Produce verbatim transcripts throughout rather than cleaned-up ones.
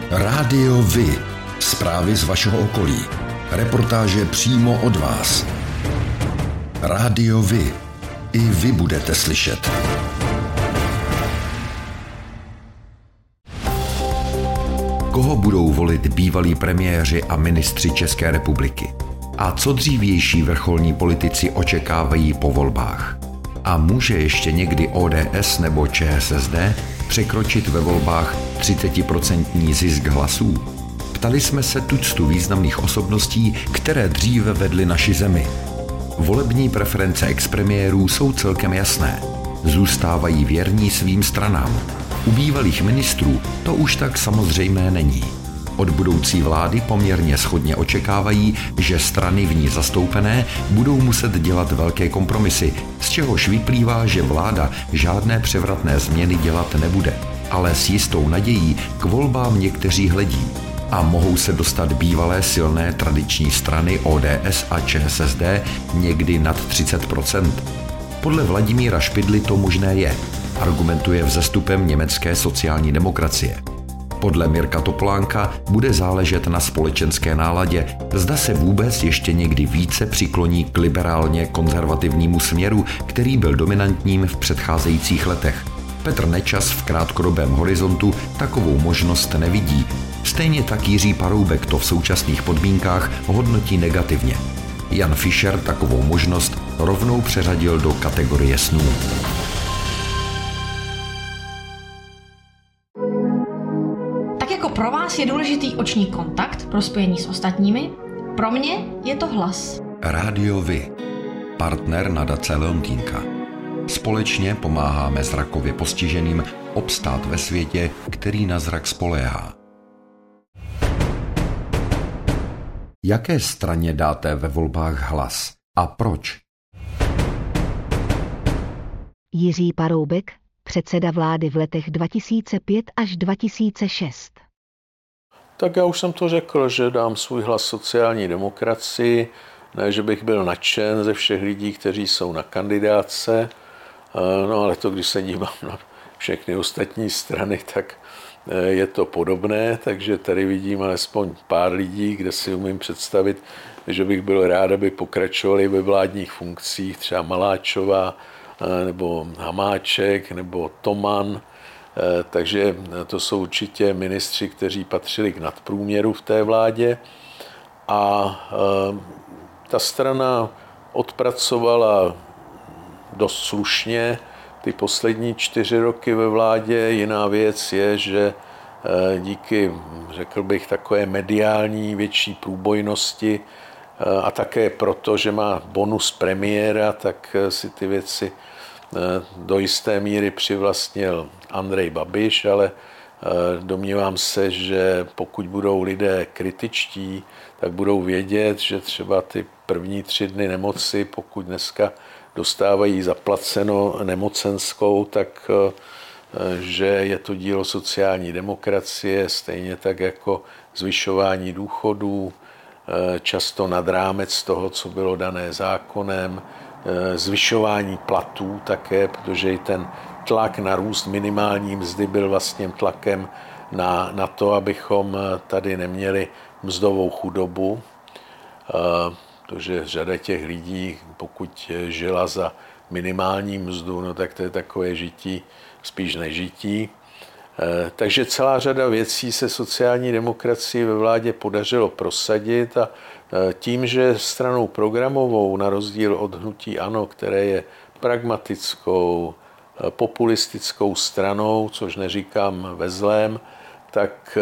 Rádio Vy. Zprávy z vašeho okolí. Reportáže přímo od vás. Rádio Vy. I vy budete slyšet. Koho budou volit bývalí premiéři a ministři České republiky? A co dřívější vrcholní politici očekávají po volbách? A může ještě někdy O D S nebo Č S S D překročit ve volbách třicetiprocentní zisk hlasů? Ptali jsme se tuctu významných osobností, které dříve vedly naši zemi. Volební preference expremiérů jsou celkem jasné. Zůstávají věrní svým stranám. U bývalých ministrů to už tak samozřejmé není. Od budoucí vlády poměrně shodně očekávají, že strany v ní zastoupené budou muset dělat velké kompromisy, z čehož vyplývá, že vláda žádné převratné změny dělat nebude. Ale s jistou nadějí k volbám někteří hledí. A mohou se dostat bývalé silné tradiční strany O D S a Č S S D někdy nad třicet procent. Podle Vladimíra Špidly to možné je, argumentuje vzestupem německé sociální demokracie. Podle Mirka Topolánka bude záležet na společenské náladě, zda se vůbec ještě někdy více přikloní k liberálně konzervativnímu směru, který byl dominantním v předcházejících letech. Petr Nečas v krátkodobém horizontu takovou možnost nevidí. Stejně tak Jiří Paroubek to v současných podmínkách hodnotí negativně. Jan Fischer takovou možnost rovnou přeřadil do kategorie snů. Tak jako pro vás je důležitý oční kontakt pro spojení s ostatními, pro mě je to hlas. Rádio Vy. Partner nadace Leontýnka. Společně pomáháme zrakově postiženým obstát ve světě, který na zrak spoléhá. Jaké straně dáte ve volbách hlas a proč? Jiří Paroubek, předseda vlády v letech dva tisíce pět až dva tisíce šest. Tak já už jsem to řekl, že dám svůj hlas sociální demokracii, ne, že bych byl nadšen ze všech lidí, kteří jsou na kandidátce, no ale to, když se dívám na všechny ostatní strany, tak je to podobné, takže tady vidím alespoň pár lidí, kde si umím představit, že bych byl rád, aby pokračovali ve vládních funkcích, třeba Maláčová, nebo Hamáček, nebo Toman, takže to jsou určitě ministři, kteří patřili k nadprůměru v té vládě a ta strana odpracovala dost slušně ty poslední čtyři roky ve vládě. Jiná věc je, že díky, řekl bych, takové mediální větší průbojnosti a také proto, že má bonus premiéra, tak si ty věci do jisté míry přivlastnil Andrej Babiš, ale domnívám se, že pokud budou lidé kritičtí, tak budou vědět, že třeba ty první tři dny nemoci, pokud dneska dostávají zaplaceno nemocenskou, tak že je to dílo sociální demokracie, stejně tak jako zvyšování důchodů, často nad rámec toho, co bylo dané zákonem, zvyšování platů také, protože i ten tlak na růst minimální mzdy byl vlastně tlakem na, na to, abychom tady neměli mzdovou chudobu, protože řada těch lidí, pokud žila za minimální mzdu, no tak to je takové žití, spíš nežití. Takže celá řada věcí se sociální demokracii ve vládě podařilo prosadit a tím, že stranou programovou, na rozdíl od hnutí ANO, které je pragmatickou, populistickou stranou, což neříkám ve zlém, tak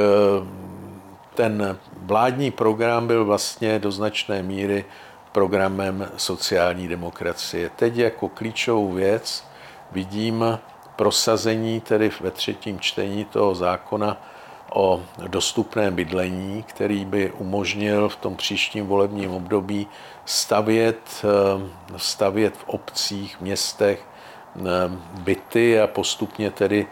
ten vládní program byl vlastně do značné míry programem sociální demokracie. Teď jako klíčovou věc vidím prosazení tedy ve třetím čtení toho zákona o dostupném bydlení, který by umožnil v tom příštím volebním období stavět, stavět v obcích, městech byty a postupně tedy,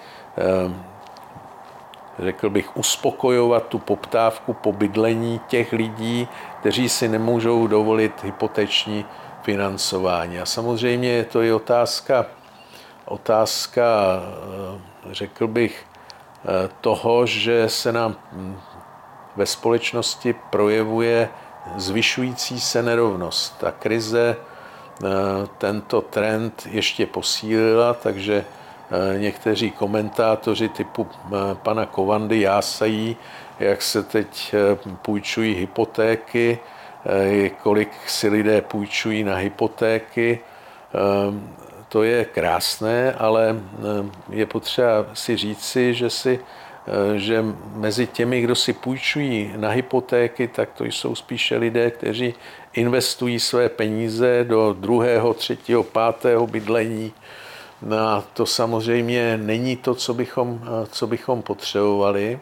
řekl bych, uspokojovat tu poptávku po bydlení těch lidí, kteří si nemůžou dovolit hypoteční financování. A samozřejmě je to i otázka, otázka, řekl bych, toho, že se nám ve společnosti projevuje zvyšující se nerovnost. Ta krize tento trend ještě posílila, takže někteří komentátoři typu pana Kovandy jásají, jak se teď půjčují hypotéky, kolik si lidé půjčují na hypotéky. To je krásné, ale je potřeba si říci, že, si, že mezi těmi, kdo si půjčují na hypotéky, tak to jsou spíše lidé, kteří investují své peníze do druhého, třetího, pátého bydlení. No a to samozřejmě není to, co bychom, co bychom potřebovali.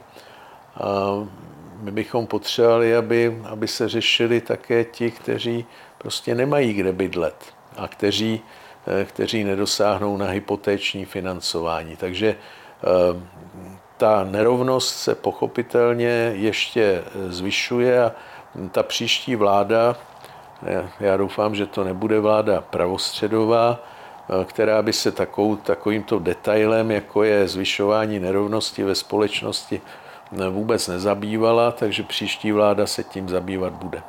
My bychom potřebovali, aby, aby se řešili také ti, kteří prostě nemají kde bydlet a kteří, kteří nedosáhnou na hypotéční financování. Takže ta nerovnost se pochopitelně ještě zvyšuje a ta příští vláda, já doufám, že to nebude vláda pravostředová, která by se takovou, takovýmto detailem, jako je zvyšování nerovnosti ve společnosti, vůbec nezabývala, takže příští vláda se tím zabývat bude.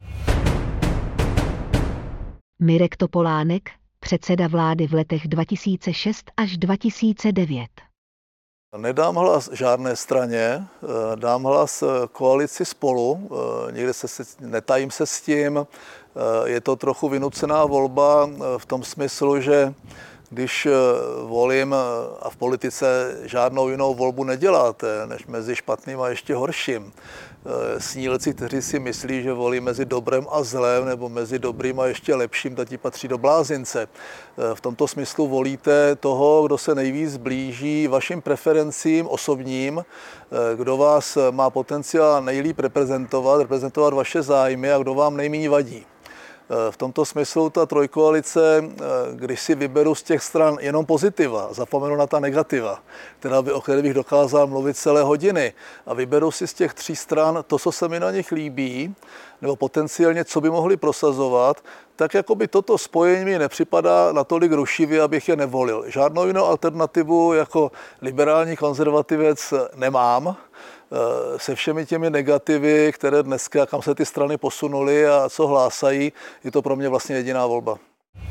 Mirek Topolánek, předseda vlády v letech dva tisíce šest až dva tisíce devět. Nedám hlas žádné straně, dám hlas koalici Spolu, nikde se, netajím se s tím, je to trochu vynucená volba v tom smyslu, že když volím a v politice žádnou jinou volbu neděláte, než mezi špatným a ještě horším. Snílci, kteří si myslí, že volí mezi dobrem a zlem nebo mezi dobrým a ještě lepším, tak ti patří do blázince. V tomto smyslu volíte toho, kdo se nejvíc blíží vašim preferencím osobním, kdo vás má potenciál nejlíp reprezentovat, reprezentovat vaše zájmy a kdo vám nejméně vadí. V tomto smyslu ta trojkoalice, když si vyberu z těch stran jenom pozitiva, zapomenu na ta negativa, která by, o kterých bych dokázal mluvit celé hodiny, a vyberu si z těch tří stran to, co se mi na nich líbí, nebo potenciálně, co by mohli prosazovat, tak jako by toto spojení mi nepřipadá natolik rušivě, abych je nevolil. Žádnou jinou alternativu jako liberální konzervativec nemám, se všemi těmi negativy, které dneska, kam se ty strany posunuly a co hlásají, je to pro mě vlastně jediná volba.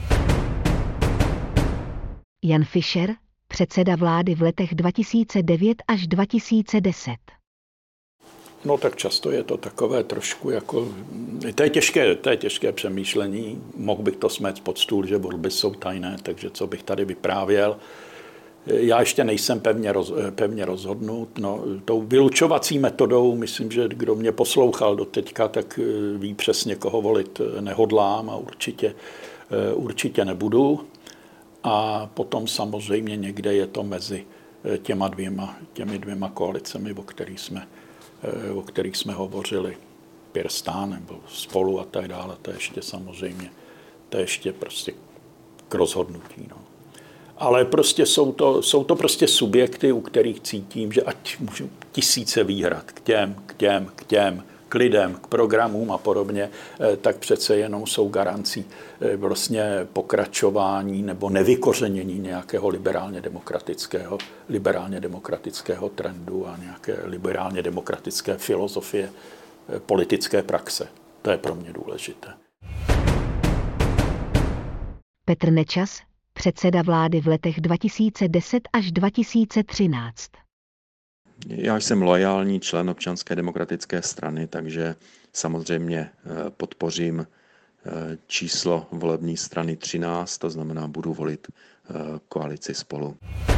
Jan Fischer, předseda vlády v letech dva tisíce devět až dva tisíce deset. No tak často je to takové trošku jako, to je těžké, to je těžké přemýšlení, mohl bych to smést pod stůl, že volby jsou tajné, takže co bych tady vyprávěl. Já ještě nejsem pevně, roz, pevně rozhodnut. No, tou vylučovací metodou, myslím, že kdo mě poslouchal do teďka, tak ví přesně, koho volit nehodlám a určitě, určitě nebudu. A potom samozřejmě někde je to mezi těma dvěma, těmi dvěma koalicemi, o kterých jsme, o kterých jsme hovořili, Pirstán nebo Spolu a tak dále. To je ještě samozřejmě, to je ještě prostě k rozhodnutí. No. Ale prostě jsou to, jsou to prostě subjekty, u kterých cítím, že ať můžu tisíce výhrad k těm, k těm, k těm, k lidem, k programům a podobně, tak přece jenom jsou garancí vlastně pokračování nebo nevykořenění nějakého liberálně demokratického, liberálně demokratického trendu a nějaké liberálně demokratické filozofie politické praxe. To je pro mě důležité. Petr Nečas, předseda vlády v letech dva tisíce deset až dva tisíce třináct. Já jsem loajální člen Občanské demokratické strany, takže samozřejmě podpořím číslo volební strany třináct, to znamená, budu volit koalici Spolu.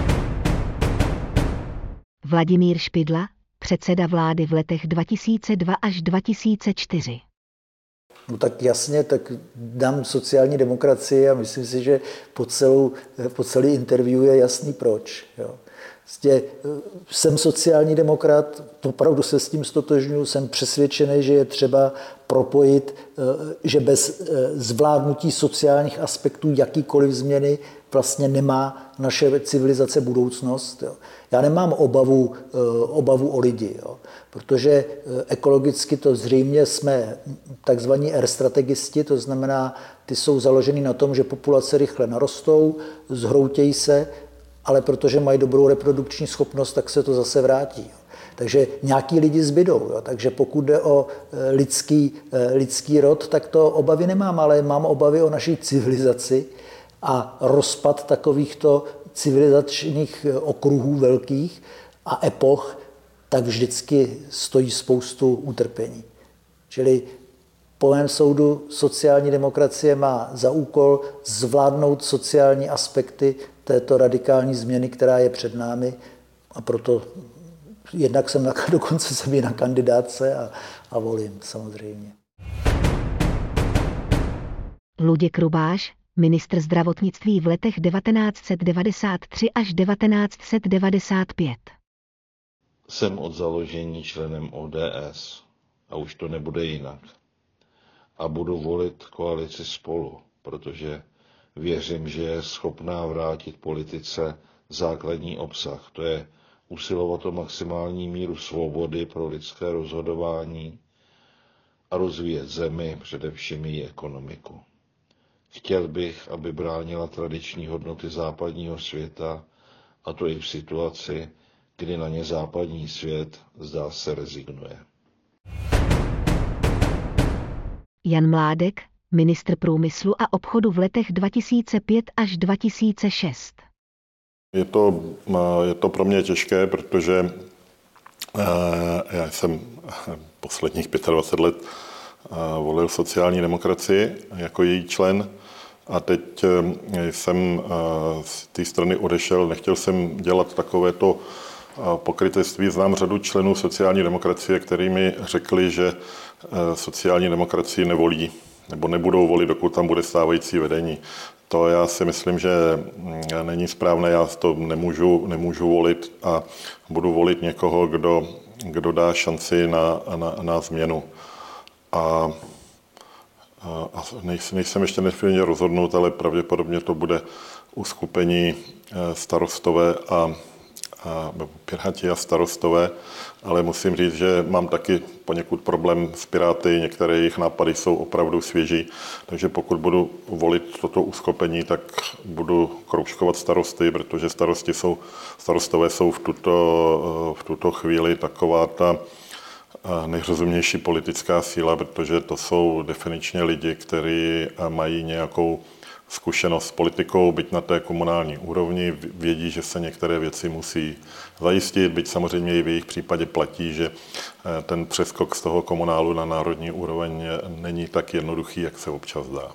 Vladimír Špidla, předseda vlády v letech dva tisíce dva až dva tisíce čtyři. No tak jasně, tak dám sociální demokracii a myslím si, že po, celou, po celý interview je jasný proč. Jo. Vlastně jsem sociální demokrat, opravdu se s tím stotožňuji, jsem přesvědčený, že je třeba propojit, že bez zvládnutí sociálních aspektů jakýkoliv změny vlastně nemá naše civilizace budoucnost. Jo. Já nemám obavu, obavu o lidi, jo, protože ekologicky to zřejmě jsme takzvaní R-strategisti, to znamená, ty jsou založeny na tom, že populace rychle narostou, zhroutějí se ale protože mají dobrou reprodukční schopnost, tak se to zase vrátí. Takže nějaký lidi zbydou. Jo. Takže pokud jde o lidský, lidský rod, tak to obavy nemám, ale mám obavy o naší civilizaci a rozpad takovýchto civilizačních okruhů velkých a epoch, tak vždycky stojí spoustu utrpení. Čili po mém soudu sociální demokracie má za úkol zvládnout sociální aspekty této radikální změny, která je před námi, a proto jednak jsem na, dokonce jsem i na kandidátce a, a volím samozřejmě. Luděk Rubáš, ministr zdravotnictví v letech devatenáct set devadesát tři až devatenáct set devadesát pět. Jsem od založení členem O D S a už to nebude jinak. A budu volit koalici Spolu, protože věřím, že je schopná vrátit politice základní obsah. To je usilovat o maximální míru svobody pro lidské rozhodování a rozvíjet zemi, především její ekonomiku. Chtěl bych, aby bránila tradiční hodnoty západního světa, a to i v situaci, kdy na ně západní svět zdá se rezignuje. Jan Mládek, ministr průmyslu a obchodu v letech dva tisíce pět až dva tisíce šest. Je to, je to pro mě těžké, protože já jsem posledních dvacet pět let volil sociální demokracii jako její člen a teď jsem z té strany odešel. Nechtěl jsem dělat takovéto pokrytectví. Znám řadu členů sociální demokracie, kteří mi řekli, že sociální demokracii nevolí nebo nebudou volit, dokud tam bude stávající vedení. To já si myslím, že není správné, já to nemůžu, nemůžu volit a budu volit někoho, kdo, kdo dá šanci na, na, na změnu. A, a nejsem ještě nesmírně rozhodnut, ale pravděpodobně to bude uskupení Starostové a, a Piráti a Starostové, ale musím říct, že mám taky poněkud problém s Piráty, některé jejich nápady jsou opravdu svěží, takže pokud budu volit toto uskupení, tak budu kroužkovat Starosty, protože starosti jsou, starostové jsou v tuto, v tuto chvíli taková ta nejrozumnější politická síla, protože to jsou definičně lidi, kteří mají nějakou zkušenost s politikou, byť na té komunální úrovni, vědí, že se některé věci musí zajistit, byť samozřejmě i v jejich případě platí, že ten přeskok z toho komunálu na národní úroveň není tak jednoduchý, jak se občas zdá.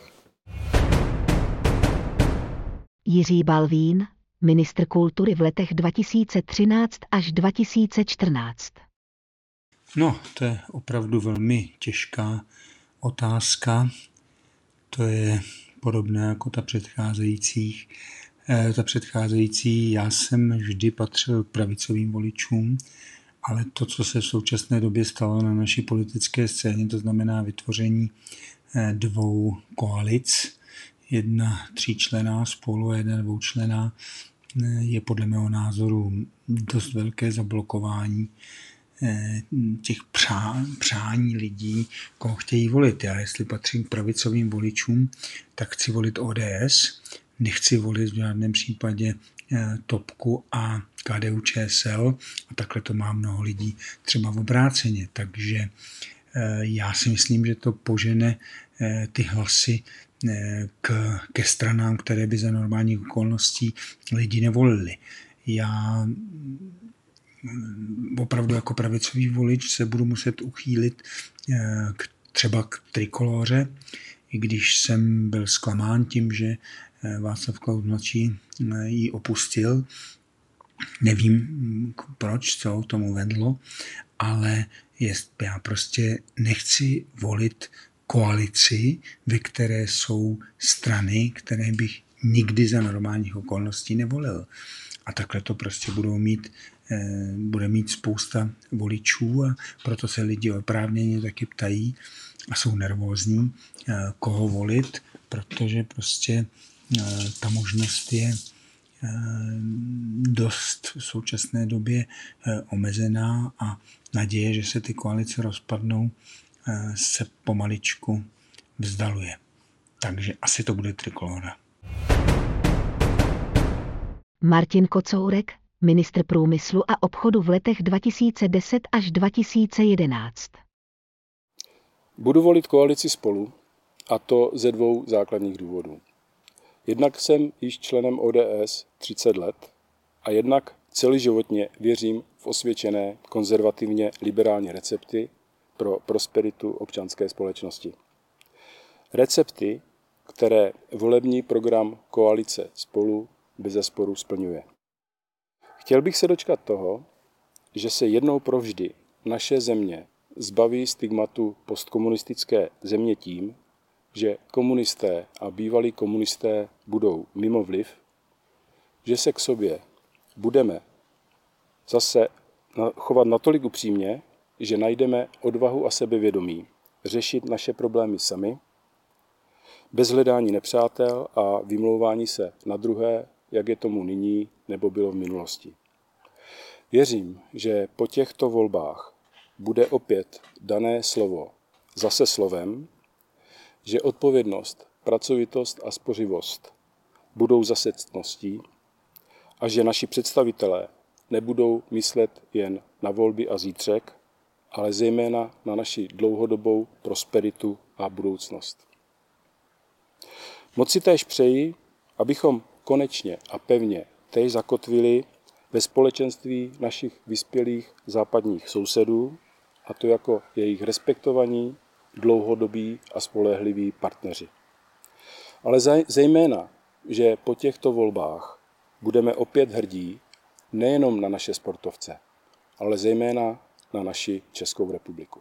Jiří Balvín, ministr kultury v letech dva tisíce třináct až dva tisíce čtrnáct. No, to je opravdu velmi těžká otázka. To je podobné jako ta předcházejících. Ta předcházející, já jsem vždy patřil k pravicovým voličům, ale to, co se v současné době stalo na naší politické scéně, to znamená vytvoření dvou koalic, jedna tříčlenná Spolu a jedna dvoučlenná, je podle mého názoru dost velké zablokování těch přá, přání lidí, koho chtějí volit. Já, jestli patřím k pravicovým voličům, tak chci volit O D S, nechci volit v žádném případě Topku a K D U Č S L a takhle to má mnoho lidí třeba v obráceně. Takže já si myslím, že to požene ty hlasy k, ke stranám, které by za normálních okolností lidi nevolili. Já opravdu jako pravicový volič se budu muset uchýlit k, třeba k Trikoloře, i když jsem byl zklamán tím, že Václav Klaus mladší ji opustil. Nevím proč, co tomu vedlo, ale jest, já prostě nechci volit koalici, ve které jsou strany, které bych nikdy za normálních okolností nevolil. A takhle to prostě budou mít, bude mít spousta voličů a proto se lidi oprávněně taky ptají a jsou nervózní, koho volit, protože prostě ta možnost je dost v současné době omezená a naděje, že se ty koalice rozpadnou, se pomaličku vzdaluje. Takže asi to bude Trikolóra. Martin Kocourek, ministr průmyslu a obchodu v letech dva tisíce deset až dva tisíce jedenáct. Budu volit koalici Spolu, a to ze dvou základních důvodů. Jednak jsem již členem O D S třicet let a jednak celoživotně věřím v osvědčené konzervativně liberální recepty pro prosperitu občanské společnosti. Recepty, které volební program koalice Spolu bezesporu splňuje. Chtěl bych se dočkat toho, že se jednou provždy naše země zbaví stigmatu postkomunistické země tím, že komunisté a bývalí komunisté budou mimo vliv, že se k sobě budeme zase chovat natolik upřímně, že najdeme odvahu a sebevědomí řešit naše problémy sami, bez hledání nepřátel a vymlouvání se na druhé, jak je tomu nyní nebo bylo v minulosti. Věřím, že po těchto volbách bude opět dané slovo zase slovem, že odpovědnost, pracovitost a spořivost budou zase ctností a že naši představitelé nebudou myslet jen na volby a zítřek, ale zejména na naši dlouhodobou prosperitu a budoucnost. Moc si též přeji, abychom konečně a pevně též zakotvili ve společenství našich vyspělých západních sousedů, a to jako jejich respektovaní, dlouhodobí a spolehliví partneři. Ale zejména, že po těchto volbách budeme opět hrdí nejenom na naše sportovce, ale zejména na naši Českou republiku.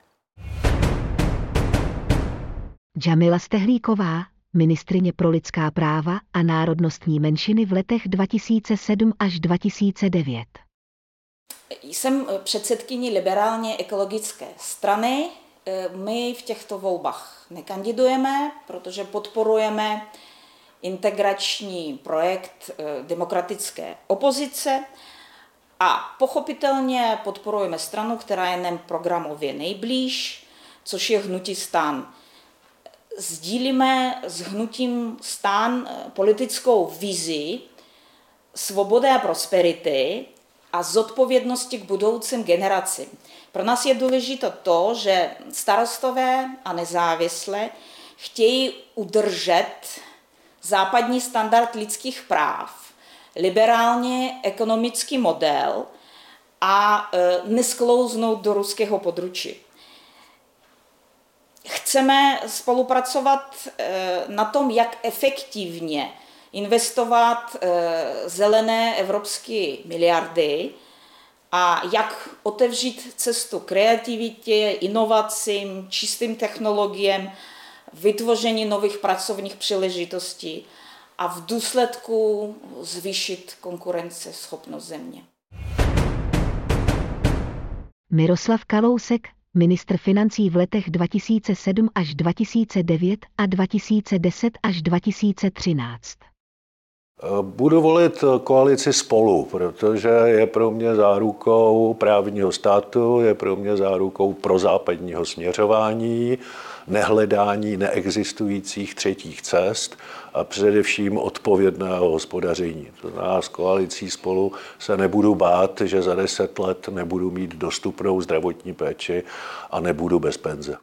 Džamila Stehlíková, ministryně pro lidská práva a národnostní menšiny v letech dva tisíce sedm až dva tisíce devět. Jsem předsedkyní liberálně ekologické strany. My v těchto volbách nekandidujeme, protože podporujeme integrační projekt demokratické opozice a pochopitelně podporujeme stranu, která je nám programově nejblíž, což je hnutí STAN. Sdílíme s hnutím STAN politickou vizi svobody a prosperity a zodpovědnosti k budoucím generacím. Pro nás je důležité to, že starostové a nezávislé chtějí udržet západní standard lidských práv, liberálně ekonomický model a nesklouznout do ruského područí. Chceme spolupracovat na tom, jak efektivně investovat zelené evropské miliardy a jak otevřít cestu kreativitě, inovacím, čistým technologiím, vytvoření nových pracovních příležitostí a v důsledku zvýšit konkurenceschopnost země. Miroslav Kalousek, ministr financí v letech dva tisíce sedm až dva tisíce devět a dva tisíce deset až dva tisíce třináct. Budu volit koalici Spolu, protože je pro mě zárukou právního státu, je pro mě zárukou prozápadního směřování, nehledání neexistujících třetích cest a především odpovědného hospodaření. To znamená, s koalicí Spolu se nebudu bát, že za deset let nebudu mít dostupnou zdravotní péči a nebudu bez penze.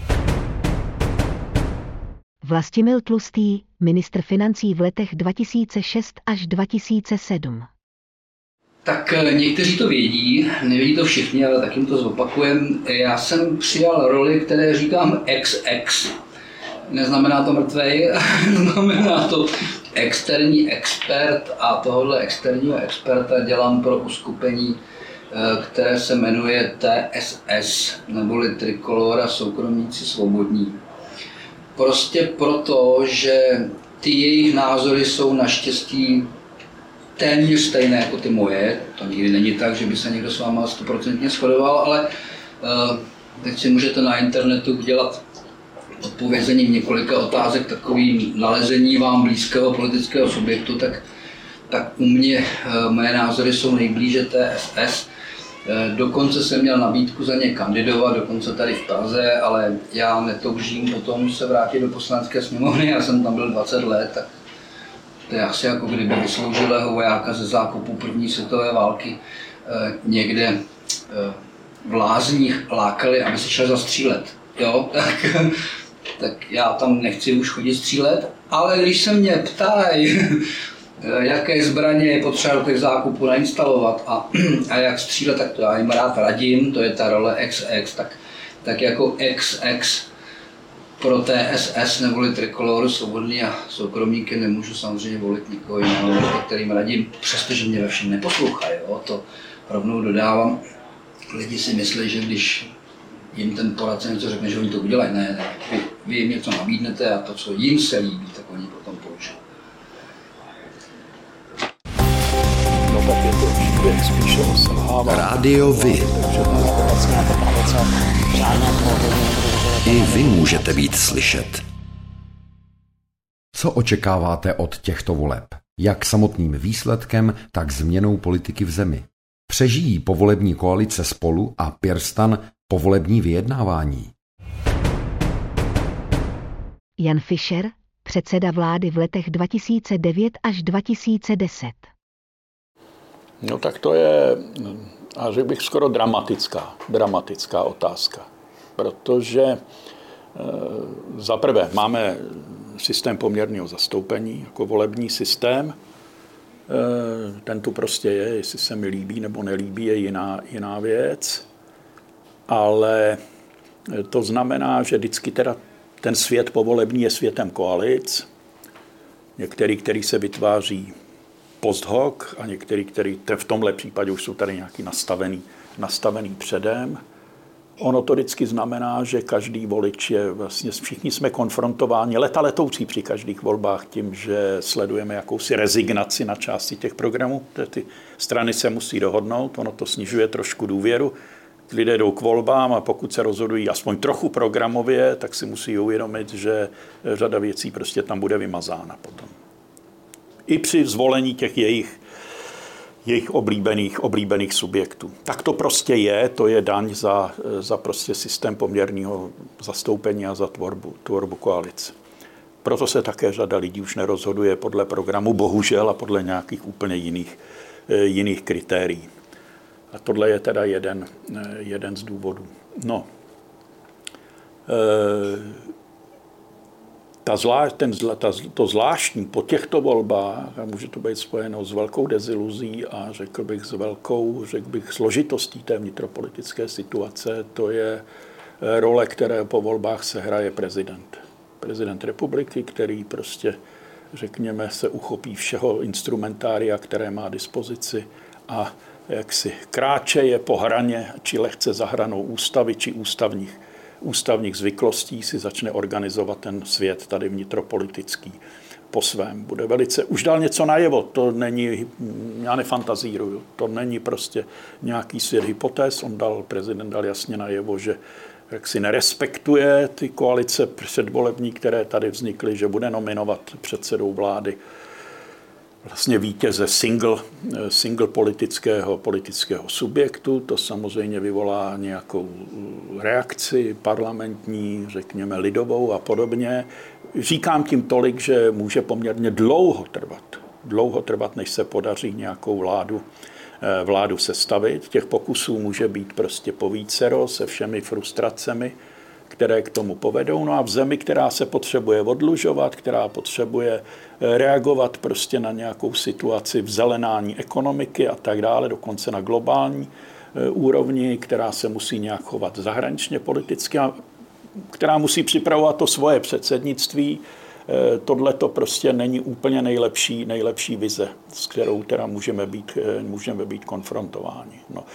Vlastimil Tlustý, ministr financí v letech dva tisíce šest až dva tisíce sedm. Tak někteří to vědí, nevědí to všichni, ale tak jim to zopakujem. Já jsem přijal roli, které říkám ex ex. Neznamená to mrtvej, znamená to externí expert a tohohle externího experta dělám pro uskupení, které se jmenuje T S S, neboli Trikolora soukromníci svobodní. Prostě proto, že ty jejich názory jsou naštěstí téměř stejné jako ty moje. To nikdy není tak, že by se někdo s váma stoprocentně shodoval, ale uh, teď si můžete na internetu udělat odpovězením několika otázek takovým nalezení vám blízkého politického subjektu, tak, tak u mě uh, moje názory jsou nejblíže T S S. Uh, dokonce jsem měl nabídku za ně kandidovat, dokonce tady v Praze, ale já netoužím potom se vrátit do poslanecké sněmovny, já jsem tam byl dvacet let, tak To je asi jako kdyby vysloužilého vojáka ze zákopu první světové války někde v lázních lákali, aby se šel zastřílet. Jo? Tak, tak já tam nechci už chodit střílet, ale když se mě ptají, jaké zbraně je potřeba do těch zákupů nainstalovat a, a jak střílet, tak to já jim rád radím, to je ta role X X, tak, tak jako X X pro T S S neboli Trikoloru svobodný a soukromníky nemůžu samozřejmě volit nikoho jiného, kterým radím, přestože mě ve všem neposlouchají, jo, to rovnou dodávám. Lidi si myslí, že když jim ten poradce něco řekne, že oni to udělají, ne, ne. Vy, vy jim něco nabídnete a to, co jim se líbí, tak oni potom použijí. No tak je to příběh spíše o selhávání. Rádio Vy. I vy můžete být slyšet. Co očekáváte od těchto voleb? Jak samotným výsledkem, tak změnou politiky v zemi? Přežijí povolební koalice Spolu a PirSTAN povolební vyjednávání? Jan Fischer, předseda vlády v letech dva tisíce devět až dva tisíce deset. No tak to je, a řekl bych, skoro dramatická, dramatická otázka. Protože e, za prvé máme systém poměrného zastoupení jako volební systém. E, ten tu prostě je, jestli se mi líbí nebo nelíbí, je jiná, jiná věc. Ale to znamená, že vždycky teda ten svět povolební je světem koalic. Některý, který se vytváří post hoc a některý, který v tomhle případě už jsou tady nějaký nastavený, nastavený předem. Ono to vždycky znamená, že každý volič je vlastně, všichni jsme konfrontováni leta letoucí při každých volbách tím, že sledujeme jakousi rezignaci na části těch programů, protože ty strany se musí dohodnout, ono to snižuje trošku důvěru. Lidé jdou k volbám a pokud se rozhodují aspoň trochu programově, tak si musí uvědomit, že řada věcí prostě tam bude vymazána potom. I při zvolení těch jejich, jejich oblíbených, oblíbených subjektů. Tak to prostě je, to je daň za, za prostě systém poměrného zastoupení a za tvorbu, tvorbu koalice. Proto se také řada lidí už nerozhoduje podle programu, bohužel, a podle nějakých úplně jiných, jiných kritérií. A tohle je teda jeden, jeden z důvodů. No. E, ta zvlá, ten, ta, to zvláštní po těchto volbách, a může to být spojeno s velkou deziluzí a řekl bych s velkou, řekl bych, složitostí té vnitropolitické situace, to je role, které po volbách se hraje prezident. Prezident republiky, který prostě, řekněme, se uchopí všeho instrumentária, které má dispozici a jak si kráče je po hraně, či lehce za hranou ústavy, či ústavních, ústavních zvyklostí si začne organizovat ten svět tady vnitropolitický po svém. Bude velice, už dal něco najevo, to není, já nefantazíruju, to není prostě nějaký svět hypotéz, on dal, prezident dal jasně najevo, že jak si nerespektuje ty koalice předvolební, které tady vznikly, že bude nominovat předsedou vlády vlastně vítěze single, single politického, politického subjektu. To samozřejmě vyvolá nějakou reakci parlamentní, řekněme lidovou a podobně. Říkám tím tolik, že může poměrně dlouho trvat. Dlouho trvat, než se podaří nějakou vládu, vládu sestavit. Těch pokusů může být prostě povícero se všemi frustracemi, které k tomu povedou. No a v zemi, která se potřebuje odlužovat, která potřebuje reagovat prostě na nějakou situaci v zelenání ekonomiky a tak dále, dokonce na globální úrovni, která se musí nějak chovat zahraničně politicky a která musí připravovat to svoje předsednictví. Tohle to prostě není úplně nejlepší, nejlepší vize, s kterou teda můžeme být, můžeme být konfrontováni. No.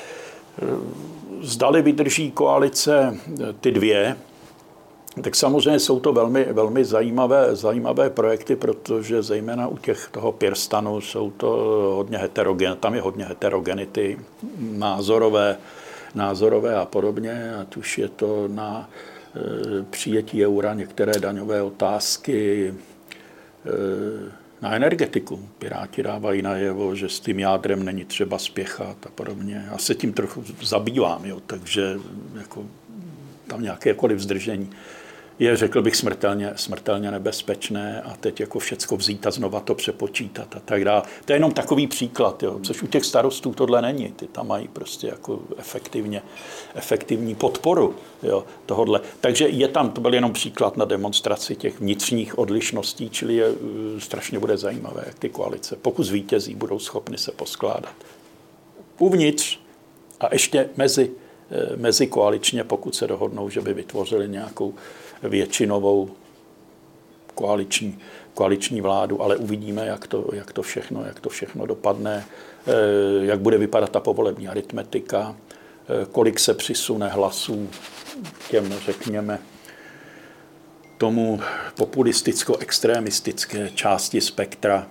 Zdali vydrží koalice ty dvě, tak samozřejmě jsou to velmi, velmi zajímavé, zajímavé projekty, protože zejména u těch toho PirSTANu jsou to hodně heterogen, tam je hodně heterogenity, názorové, názorové a podobně, ať už je to na e, přijetí eura, některé daňové otázky, e, na energetiku. Piráti dávají najevo, že s tím jádrem není třeba spěchat a podobně. Já se tím trochu zabývám, jo, takže jako tam nějakékoliv zdržení je, řekl bych, smrtelně, smrtelně nebezpečné a teď jako všecko vzít a znova to přepočítat a tak dále. To je jenom takový příklad, jo, což u těch starostů tohle není. Ty tam mají prostě jako efektivně, efektivní podporu, jo, tohodle. Takže je tam, to byl jenom příklad na demonstraci těch vnitřních odlišností, čili je, strašně bude zajímavé, jak ty koalice, pokud zvítězí, budou schopny se poskládat. Uvnitř a ještě mezi, mezi koaličně, pokud se dohodnou, že by vytvořili nějakou většinovou koaliční, koaliční vládu, ale uvidíme, jak to, jak to všechno, jak to všechno dopadne, jak bude vypadat ta povolební aritmetika, kolik se přisune hlasů těm, řekněme, tomu populisticko-extremistické části spektra,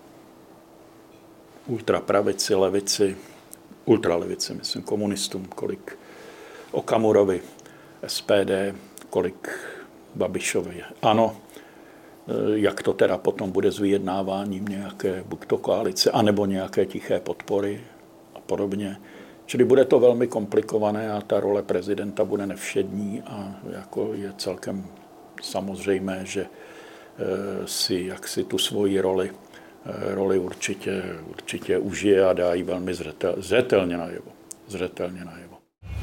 ultrapravici, levici, ultralevici, myslím, komunistům, kolik Okamurovi, S P D, kolik Babišovi. Ano, jak to teda potom bude s vyjednáváním nějaké buď to koalice, anebo nějaké tiché podpory a podobně. Čili bude to velmi komplikované a ta role prezidenta bude nevšední a jako je celkem samozřejmé, že si jaksi tu svoji roli, roli určitě, určitě užije a dá ji velmi zřetel, zřetelně najevo. Zřetelně najevo.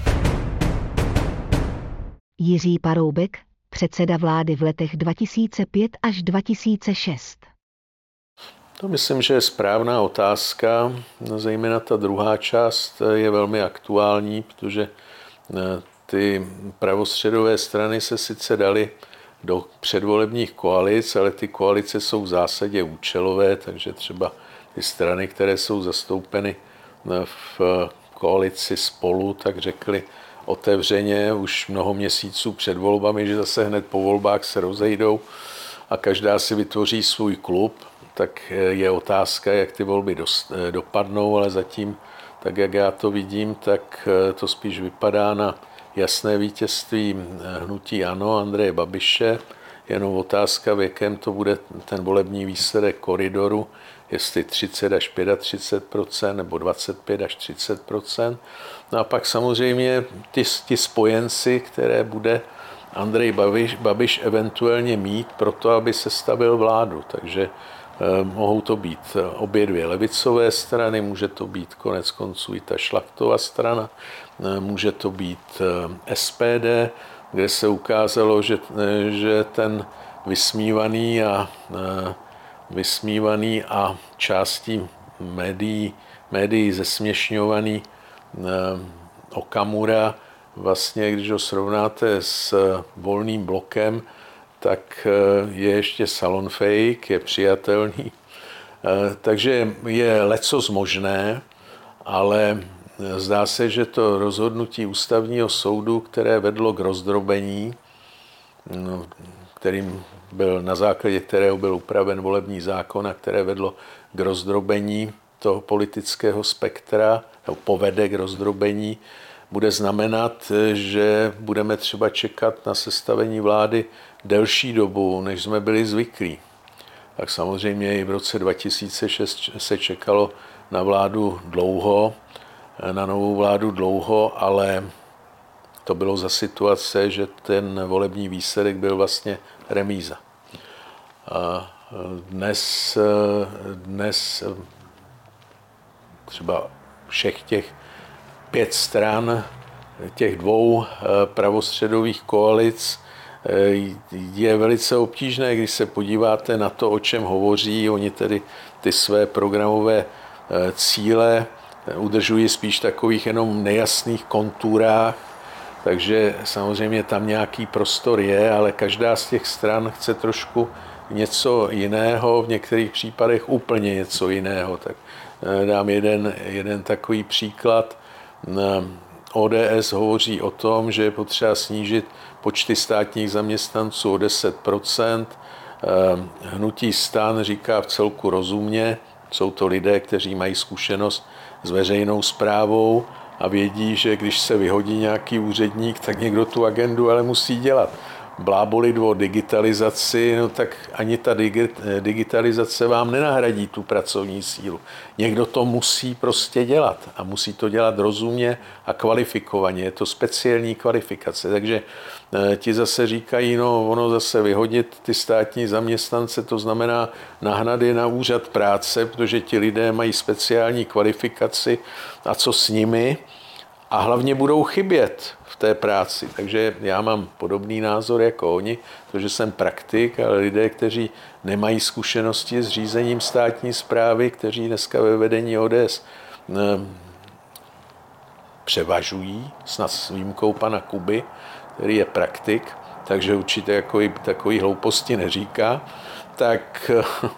Jiří Paroubek, předseda vlády v letech dva tisíce pět až dva tisíce šest. To myslím, že je správná otázka. Zejména ta druhá část je velmi aktuální, protože ty pravostředové strany se sice daly do předvolebních koalic, ale ty koalice jsou v zásadě účelové, takže třeba ty strany, které jsou zastoupeny v koalici Spolu, tak řekli otevřeně už mnoho měsíců před volbami, že zase hned po volbách se rozejdou a každá si vytvoří svůj klub, tak je otázka, jak ty volby dost, dopadnou, ale zatím, tak jak já to vidím, tak to spíš vypadá na jasné vítězství hnutí ANO, Andreje Babiše, jenom otázka, v jakém to bude ten volební výsledek koridoru, jestli třicet až třicet pět procent nebo dvacet pět až třicet procent. No a pak samozřejmě ty, ty spojenci, které bude Andrej Babiš, Babiš eventuálně mít pro to, aby sestavil vládu. Takže eh, mohou to být obě dvě levicové strany, může to být konec konců i ta Šlachtova strana, eh, může to být eh, S P D, kde se ukázalo, že, eh, že ten vysmívaný a eh, vysmívaný a částí médií, médií zesměšňovaný Okamura, vlastně, když ho srovnáte s Volným blokem, tak je ještě salonfake, je přijatelný. Takže je lecos možné, ale zdá se, že to rozhodnutí ústavního soudu, které vedlo k rozdrobení, kterým byl, na základě kterého byl upraven volební zákon a které vedlo k rozdrobení toho politického spektra, nebo povede k rozdrobení, bude znamenat, že budeme třeba čekat na sestavení vlády delší dobu, než jsme byli zvyklí. Tak samozřejmě i v roce dva tisíce šest se čekalo na vládu dlouho, na novou vládu dlouho, ale to bylo za situace, že ten volební výsledek byl vlastně remíza. A dnes, dnes třeba všech těch pět stran, těch dvou pravostředových koalic, je velice obtížné, když se podíváte na to, o čem hovoří. Oni tedy ty své programové cíle udržují spíš takových jenom nejasných konturách, takže samozřejmě tam nějaký prostor je, ale každá z těch stran chce trošku něco jiného, v některých případech úplně něco jiného. Tak dám jeden, jeden takový příklad. O D S hovoří o tom, že je potřeba snížit počty státních zaměstnanců o deset procent. Hnutí STAN říká v celku rozumně, jsou to lidé, kteří mají zkušenost s veřejnou správou a vědí, že když se vyhodí nějaký úředník, tak někdo tu agendu ale musí dělat. blábolit o digitalizaci, no tak ani ta digitalizace vám nenahradí tu pracovní sílu. Někdo to musí prostě dělat a musí to dělat rozumně a kvalifikovaně. Je to speciální kvalifikace, takže ti zase říkají, no ono zase vyhodit ty státní zaměstnance, to znamená nahnat je na úřad práce, protože ti lidé mají speciální kvalifikaci a co s nimi a hlavně budou chybět v té práci. Takže já mám podobný názor jako oni, protože jsem praktik, ale lidé, kteří nemají zkušenosti s řízením státní správy, kteří dneska ve vedení O D S převažují, snad s výjimkou pana Kuby, který je praktik, takže určitě jako takový hlouposti neříká, tak,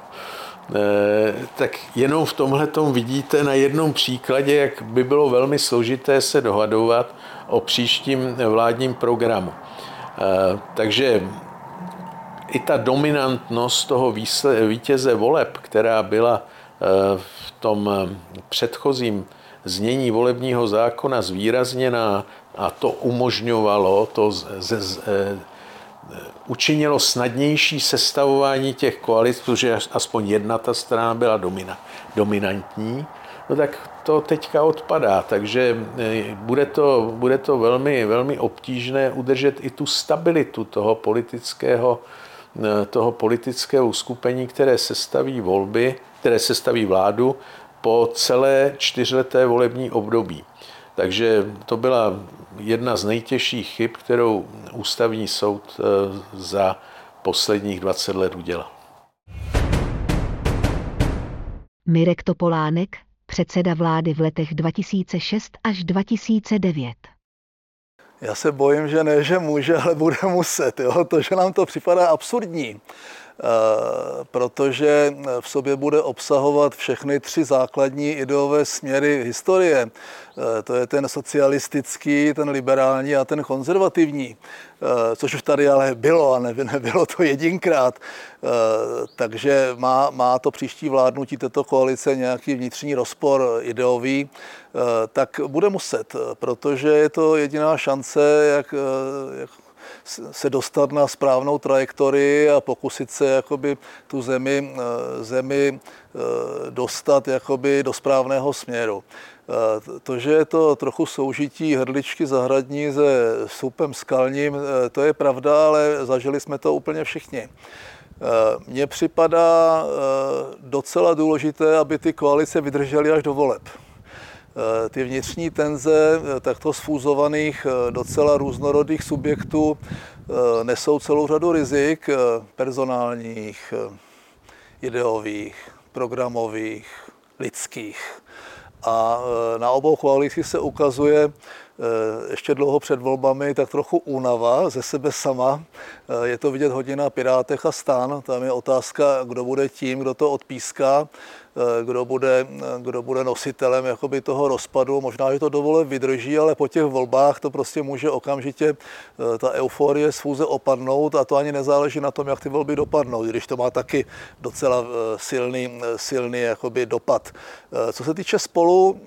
tak jenom v tomhletom vidíte na jednom příkladě, jak by bylo velmi složité se dohadovat o příštím vládním programu. Takže i ta dominantnost toho vítěze voleb, která byla v tom předchozím znění volebního zákona zvýrazněná a to umožňovalo, to z, z, z, učinilo snadnější sestavování těch koalic, protože aspoň jedna ta strana byla domina, dominantní, no tak to teďka odpadá, takže bude to, bude to velmi, velmi obtížné udržet i tu stabilitu toho politického, toho politického uskupení, které sestaví volby, které sestaví vládu po celé čtyřleté volební období. Takže to byla jedna z nejtěžších chyb, kterou Ústavní soud za posledních dvacet let udělal. Mirek Topolánek, předseda vlády v letech dva tisíce šest až dva tisíce devět. Já se bojím, že ne, že může, ale bude muset. Jo? To, že nám to připadá absurdní, protože v sobě bude obsahovat všechny tři základní ideové směry historie. To je ten socialistický, ten liberální a ten konzervativní, což už tady ale bylo a nebylo to jedinkrát. Takže má, má to příští vládnutí této koalice nějaký vnitřní rozpor ideový, tak bude muset, protože je to jediná šance, jak, jak se dostat na správnou trajektorii a pokusit se jakoby tu zemi, zemi dostat jakoby do správného směru. To, že je to trochu soužití hrdličky zahradní se soupem skalním, to je pravda, ale zažili jsme to úplně všichni. Mně připadá docela důležité, aby ty koalice vydržely až do voleb. Ty vnitřní tenze takto sfúzovaných docela různorodých subjektů nesou celou řadu rizik personálních, ideových, programových, lidských. A na obou koalicích se ukazuje ještě dlouho před volbami tak trochu únava ze sebe sama. Je to vidět hodně na Pirátech a STAN. Tam je otázka, kdo bude tím, kdo to odpíská, kdo bude, kdo bude nositelem jakoby toho rozpadu. Možná, že to do voleb vydrží, ale po těch volbách to prostě může okamžitě ta euforie z fúze opadnout a to ani nezáleží na tom, jak ty volby dopadnou, když to má taky docela silný, silný jakoby dopad. Co se týče Spolu,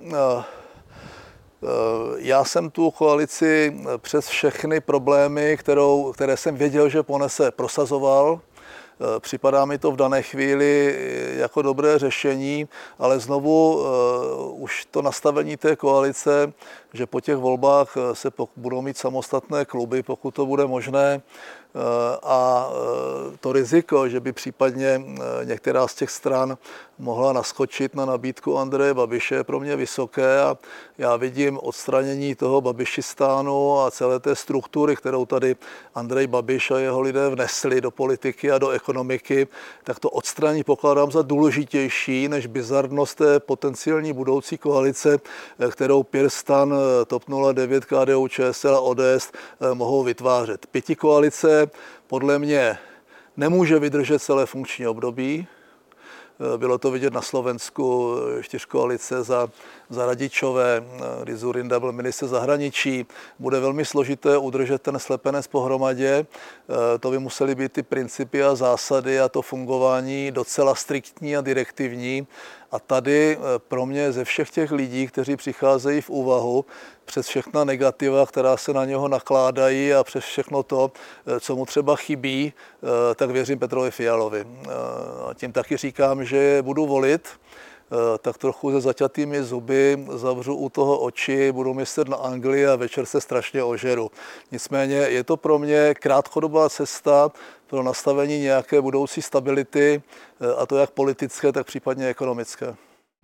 já jsem tu koalici přes všechny problémy, kterou, které jsem věděl, že ponese, prosazoval. Připadá mi to v dané chvíli jako dobré řešení, ale znovu uh, už to nastavení té koalice, že po těch volbách se budou mít samostatné kluby, pokud to bude možné, uh, a uh, to riziko, že by případně uh, některá z těch stran mohla naskočit na nabídku Andreje Babiše, je pro mě vysoké a já vidím odstranění toho babišistánu a celé té struktury, kterou tady Andrej Babiš a jeho lidé vnesli do politiky a do ekonomiky, tak to odstranění pokládám za důležitější než bizarnost té potenciální budoucí koalice, kterou PirSTAN, TOP nula devět, K D U Č S L a O D S mohou vytvářet. Pětikoalice podle mě nemůže vydržet celé funkční období. Bylo to vidět na Slovensku, čtyřkoalice za, za Radičové, kdy Dzurinda byl ministr zahraničí. Bude velmi složité udržet ten slepenec pohromadě. To by musely být ty principy a zásady a to fungování docela striktní a direktivní. A tady pro mě ze všech těch lidí, kteří přicházejí v úvahu, přes všechna negativa, která se na něho nakládají a přes všechno to, co mu třeba chybí, tak věřím Petrovi Fialovi. A tím taky říkám, že je budu volit, tak trochu se zaťatými zuby zavřu u toho oči, budu myslet na Anglii a večer se strašně ožeru. Nicméně je to pro mě krátkodobá cesta pro nastavení nějaké budoucí stability, a to jak politické, tak případně ekonomické.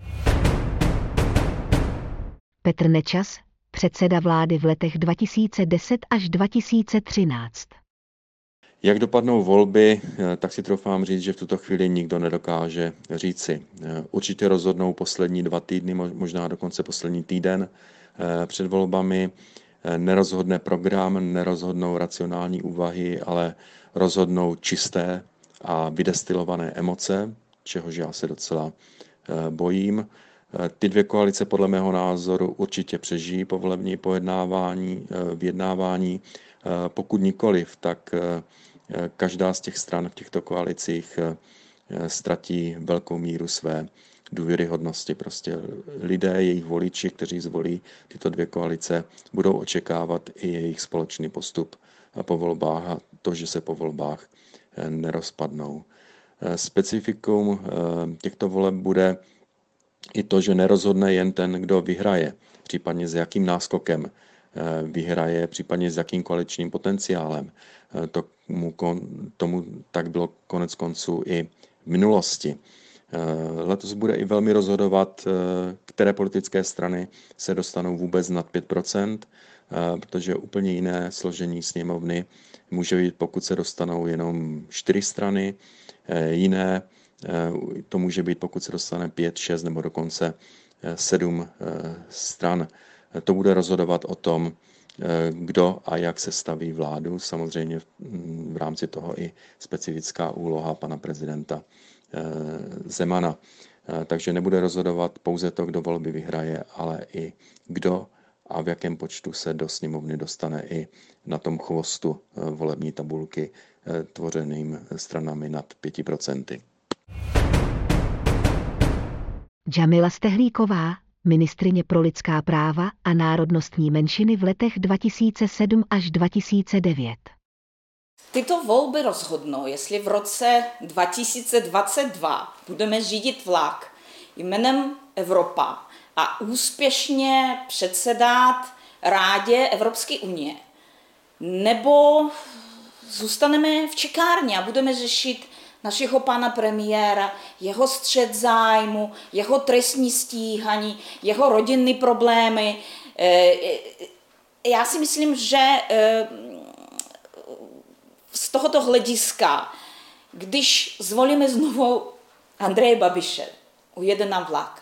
Petr Nečas, předseda vlády v letech dva tisíce deset až dva tisíce třináct. Jak dopadnou volby, tak si troufám říct, že v tuto chvíli nikdo nedokáže říci. Určitě rozhodnou poslední dva týdny, možná dokonce poslední týden před volbami. Nerozhodne program, nerozhodnou racionální úvahy, ale rozhodnou čisté a vydestilované emoce, čehož já se docela bojím. Ty dvě koalice podle mého názoru určitě přežijí povolební pojednávání, vyjednávání. Pokud nikoliv, tak každá z těch stran v těchto koalicích ztratí velkou míru své důvěryhodnosti. Prostě lidé, jejich voliči, kteří zvolí tyto dvě koalice, budou očekávat i jejich společný postup po volbách a to, že se po volbách nerozpadnou. Specifikum těchto voleb bude i to, že nerozhodne jen ten, kdo vyhraje, případně s jakým náskokem vyhraje, případně s jakým koaličním potenciálem. Tomu, tomu tak bylo konec konců i v minulosti. Letos bude i velmi rozhodovat, které politické strany se dostanou vůbec nad pět procent, protože úplně jiné složení sněmovny může být, pokud se dostanou jenom čtyři strany, jiné to může být, pokud se dostane pět, šest nebo dokonce sedm stran. To bude rozhodovat o tom, kdo a jak se staví vládu. Samozřejmě v rámci toho i specifická úloha pana prezidenta Zemana. Takže nebude rozhodovat pouze to, kdo volby vyhraje, ale i kdo a v jakém počtu se do sněmovny dostane i na tom chvostu volební tabulky tvořeným stranami nad pěti procenty. Džamila Stehlíková, ministryně pro lidská práva a národnostní menšiny v letech dva tisíce sedm až dva tisíce devět. Tyto volby rozhodnou, jestli v roce dva tisíce dvacet dva budeme řídit vlak jménem Evropa a úspěšně předsedat Rádě Evropské unie, nebo zůstaneme v čekárně a budeme řešit našeho pana premiéra, jeho střet zájmu, jeho trestní stíhání, jeho rodinné problémy. Já si myslím, že z tohoto hlediska, když zvolíme znovu Andreje Babiše, ujede na vlak,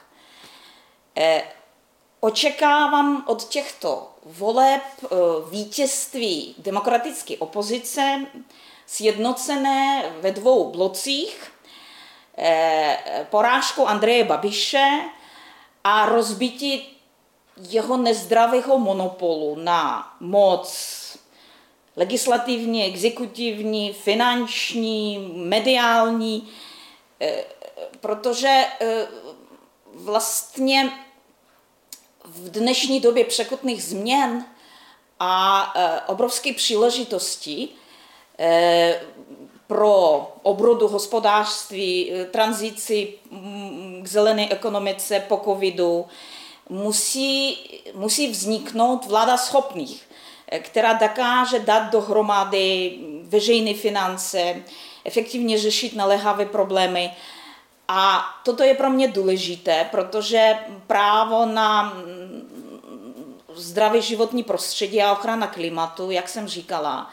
očekávám od těchto voleb vítězství demokratické opozice, sjednocené ve dvou blocích, porážku Andreje Babiše a rozbití jeho nezdravého monopolu na moc legislativní, exekutivní, finanční, mediální, protože vlastně v dnešní době překotných změn a obrovské příležitosti pro obrodu hospodářství, tranzici k zelené ekonomice po covidu, musí, musí vzniknout vláda schopných, která dokáže dát dohromady veřejné finance, efektivně řešit naléhavé problémy. A toto je pro mě důležité, protože právo na zdravé životní prostředí a ochrana klimatu, jak jsem říkala,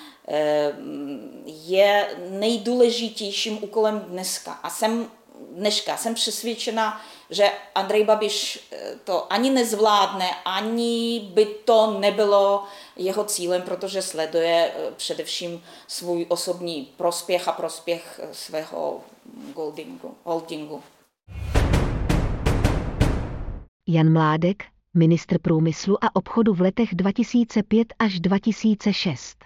je nejdůležitějším úkolem dneska. A jsem dneška jsem přesvědčena, že Andrej Babiš to ani nezvládne, ani by to nebylo jeho cílem, protože sleduje především svůj osobní prospěch a prospěch svého holdingu. holdingu. Jan Mládek, ministr průmyslu a obchodu v letech dva tisíce pět až dva tisíce šest.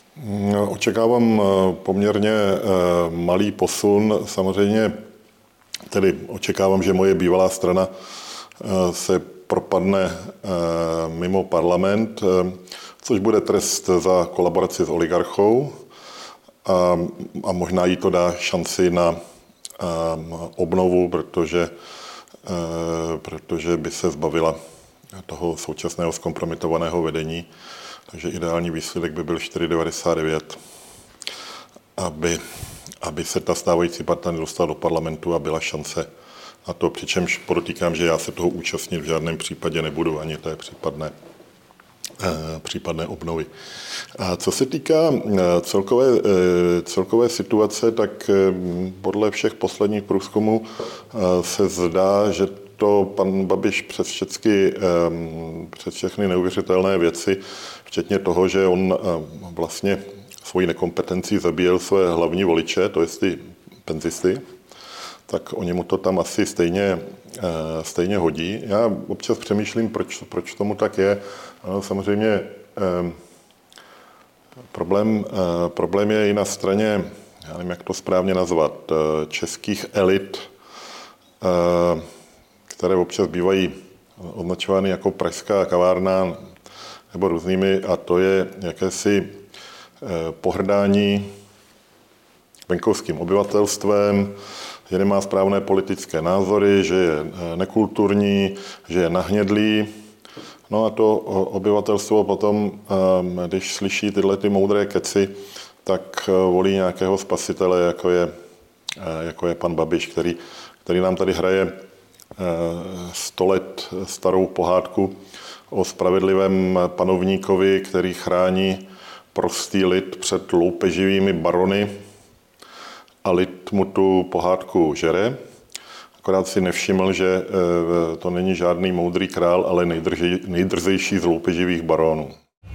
Očekávám poměrně malý posun. Samozřejmě tedy očekávám, že moje bývalá strana se propadne mimo parlament, což bude trest za kolaboraci s oligarchou a, a možná jí to dá šanci na obnovu, protože, protože by se zbavila toho současného zkompromitovaného vedení. Takže ideální výsledek by byl čtyři devadesát devět, aby, aby se ta stávající parta nedostala do parlamentu a byla šance na to, přičemž podotýkám, že já se toho účastnit v žádném případě nebudu, ani té případné, případné obnovy. A co se týká celkové, celkové situace, tak podle všech posledních průzkumů se zdá, že to pan Babiš přes všechny, přes všechny neuvěřitelné věci, včetně toho, že on vlastně svojí nekompetencí zabíjel své hlavní voliče, to je ty penzisty, tak oni mu to tam asi stejně, stejně hodí. Já občas přemýšlím, proč, proč tomu tak je. Samozřejmě problém, problém je i na straně, já nevím, jak to správně nazvat, českých elit, které občas bývají označovány jako pražská kavárna nebo různými, a to je jakési pohrdání venkovským obyvatelstvem, že nemá správné politické názory, že je nekulturní, že je nahnědlý. No a to obyvatelstvo potom, když slyší tyhle ty moudré keci, tak volí nějakého spasitele, jako je, jako je pan Babiš, který, který nám tady hraje sto let starou pohádku o spravedlivém panovníkovi, který chrání prostý lid před loupeživými barony a lid mu tu pohádku žere. Akorát si nevšiml, že to není žádný moudrý král, ale nejdrzejší z loupeživých baronů.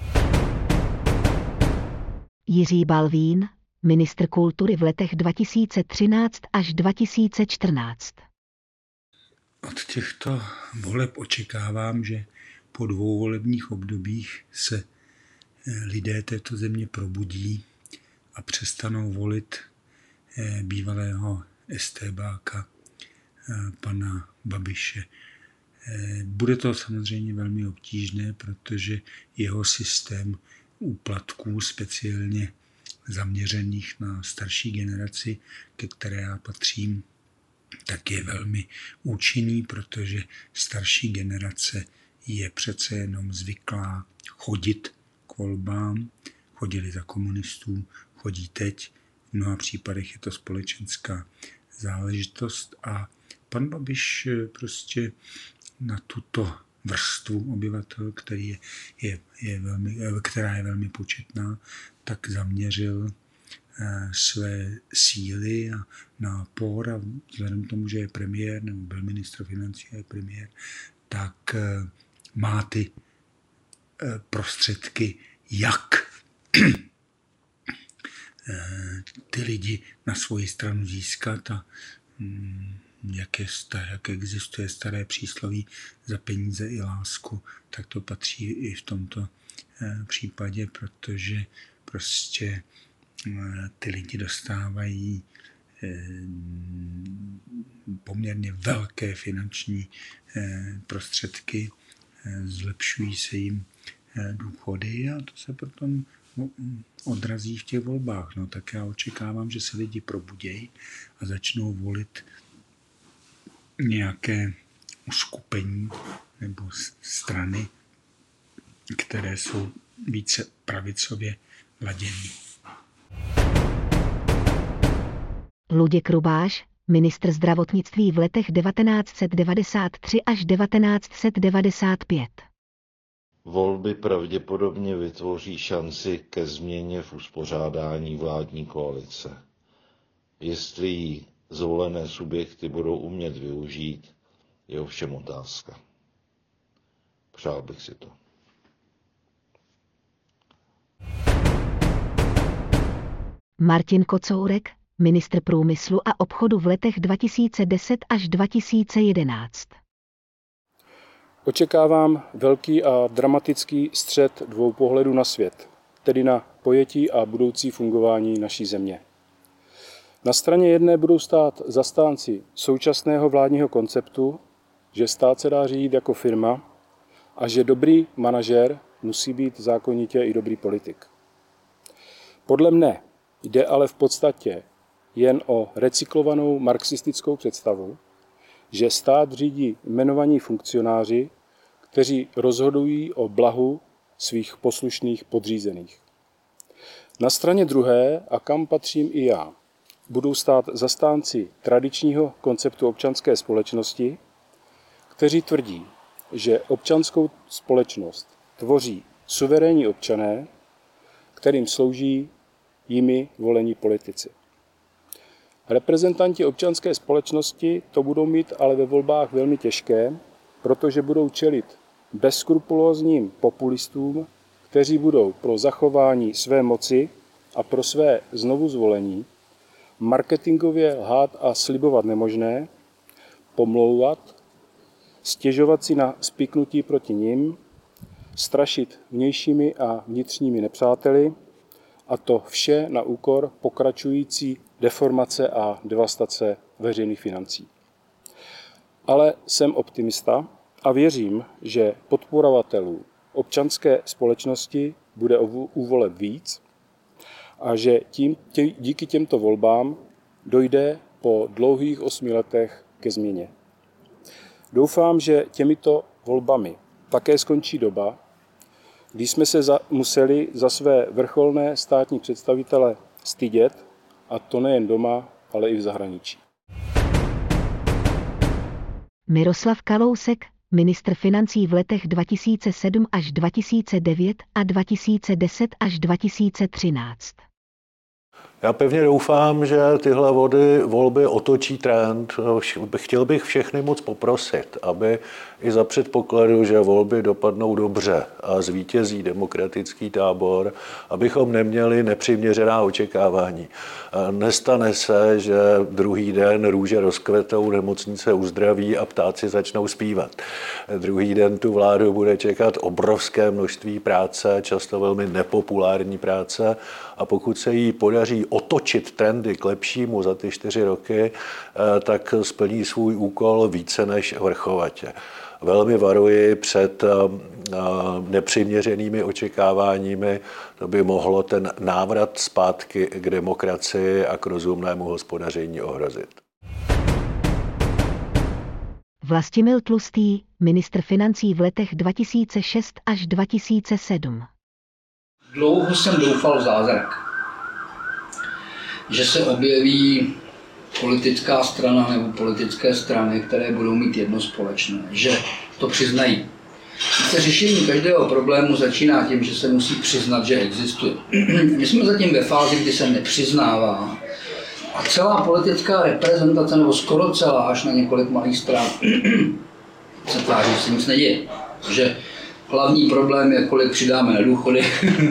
Jiří Balvín, ministr kultury v letech dva tisíce třináct až dva tisíce čtrnáct. Od těchto voleb očekávám, že po dvou volebních obdobích se lidé této země probudí a přestanou volit bývalého estébáka pana Babiše. Bude to samozřejmě velmi obtížné, protože jeho systém úplatků, speciálně zaměřených na starší generaci, ke které já patřím, tak je velmi účinný, protože starší generace je přece jenom zvyklá chodit k volbám, chodili za komunistů, chodí teď, v mnoha případech je to společenská záležitost a pan Babiš prostě na tuto vrstvu obyvatel, který je, je, je velmi, která je velmi početná, tak zaměřil své síly a nápor a vzhledem k tomu, že je premiér nebo byl ministr financí a je premiér, tak má ty prostředky, jak ty lidi na svoji stranu získat a jak, je, jak existuje staré přísloví za peníze i lásku, tak to patří i v tomto případě, protože prostě ty lidi dostávají poměrně velké finanční prostředky, zlepšují se jim důchody a to se potom odrazí v těch volbách. No, tak já očekávám, že se lidi probudějí a začnou volit nějaké uskupení nebo strany, které jsou více pravicově ladění. Luděk Rubáš, ministr zdravotnictví v letech devatenáct set devadesát tři až devatenáct set devadesát pět. Volby pravděpodobně vytvoří šanci ke změně v uspořádání vládní koalice. Jestli ji zvolené subjekty budou umět využít, je ovšem otázka. Přál bych si to. Martin Kocourek, ministr průmyslu a obchodu v letech dva tisíce deset až dva tisíce jedenáct. Očekávám velký a dramatický střet dvou pohledů na svět, tedy na pojetí a budoucí fungování naší země. Na straně jedné budou stát zastánci současného vládního konceptu, že stát se dá řídit jako firma a že dobrý manažer musí být zákonitě i dobrý politik. Podle mne jde ale v podstatě jen o recyklovanou marxistickou představu, že stát řídí jmenovaní funkcionáři, kteří rozhodují o blahu svých poslušných podřízených. Na straně druhé, a kam patřím i já, budou stát zastánci tradičního konceptu občanské společnosti, kteří tvrdí, že občanskou společnost tvoří suverénní občané, kterým slouží jimi volení politici. Reprezentanti občanské společnosti to budou mít ale ve volbách velmi těžké, protože budou čelit bezskrupulózním populistům, kteří budou pro zachování své moci a pro své znovuzvolení marketingově lhát a slibovat nemožné, pomlouvat, stěžovat si na spiknutí proti nim, strašit vnějšími a vnitřními nepřáteli, a to vše na úkor pokračující deformace a devastace veřejných financí. Ale jsem optimista a věřím, že podporovatelů občanské společnosti bude u voleb víc a že tím, tě, díky těmto volbám dojde po dlouhých osmi letech ke změně. Doufám, že těmito volbami také skončí doba, kdy jsme se za, museli za své vrcholné státní představitele stydět, a to nejen doma, ale i v zahraničí. Miroslav Kalousek, ministr financí v letech dva tisíce sedm až dva tisíce devět a dva tisíce deset až dva tisíce třináct. Já pevně doufám, že tyhle vody, volby otočí trend. Chtěl bych všechny moc poprosit, aby i za předpokladu, že volby dopadnou dobře a zvítězí demokratický tábor, abychom neměli nepřiměřená očekávání. Nestane se, že druhý den růže rozkvetou, nemocnice uzdraví a ptáci začnou zpívat. Druhý den tu vládu bude čekat obrovské množství práce, často velmi nepopulární práce, a pokud se jí podaří otočit trendy k lepšímu za ty čtyři roky, tak splní svůj úkol více než vrchovatě. Velmi varuji před nepřiměřenými očekáváními, to by mohlo ten návrat zpátky k demokracii a k rozumnému hospodaření ohrozit. Vlastimil Tlustý, ministr financí v letech dva tisíce šest až dva tisíce sedm. Dlouho jsem doufal v zázrak, že se objeví politická strana nebo politické strany, které budou mít jedno společné, že to přiznají. Víte, řešení každého problému začíná tím, že se musí přiznat, že existuje. My jsme zatím ve fázi, kdy se nepřiznává. A celá politická reprezentace, nebo skoro celá, až na několik malých stran, se tváří, že se nic neděje. Že hlavní problém je, kolik přidáme na důchody,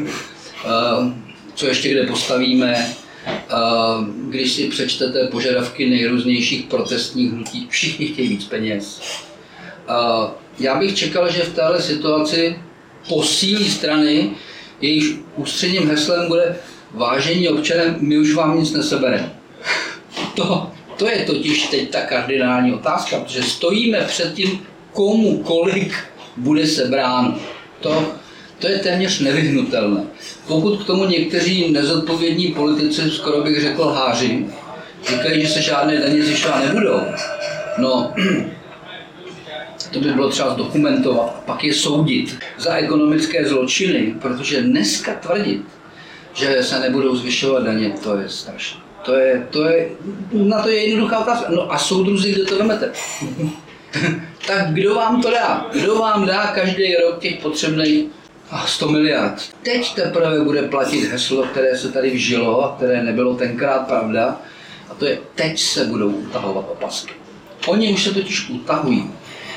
co ještě kde postavíme. Když si přečtete požadavky nejrůznějších protestních hnutí, všichni chtějí víc peněz. Já bych čekal, že v této situaci posílí strany, jejichž ústředním heslem bude vážení občané, my už vám nic nesebereme. To, to je totiž teď ta kardinální otázka, protože stojíme před tím, komu kolik bude sebráno. To, to je téměř nevyhnutelné. Pokud k tomu někteří nezodpovědní politici, skoro bych řekl háři, říkají, že se žádné daně zvyšovat nebudou, no, to by bylo třeba zdokumentovat a pak je soudit za ekonomické zločiny, protože dneska tvrdit, že se nebudou zvyšovat daně, to je strašné. To je, to je, na to je jednoduchá otázka. No a soudruzi, kde to vemete? Tak kdo vám to dá? Kdo vám dá každý rok těch potřebných sto miliard? Teď teprve bude platit heslo, které se tady vžilo a které nebylo tenkrát pravda. A to je, teď se budou utahovat opasky. Oni už se totiž utahují.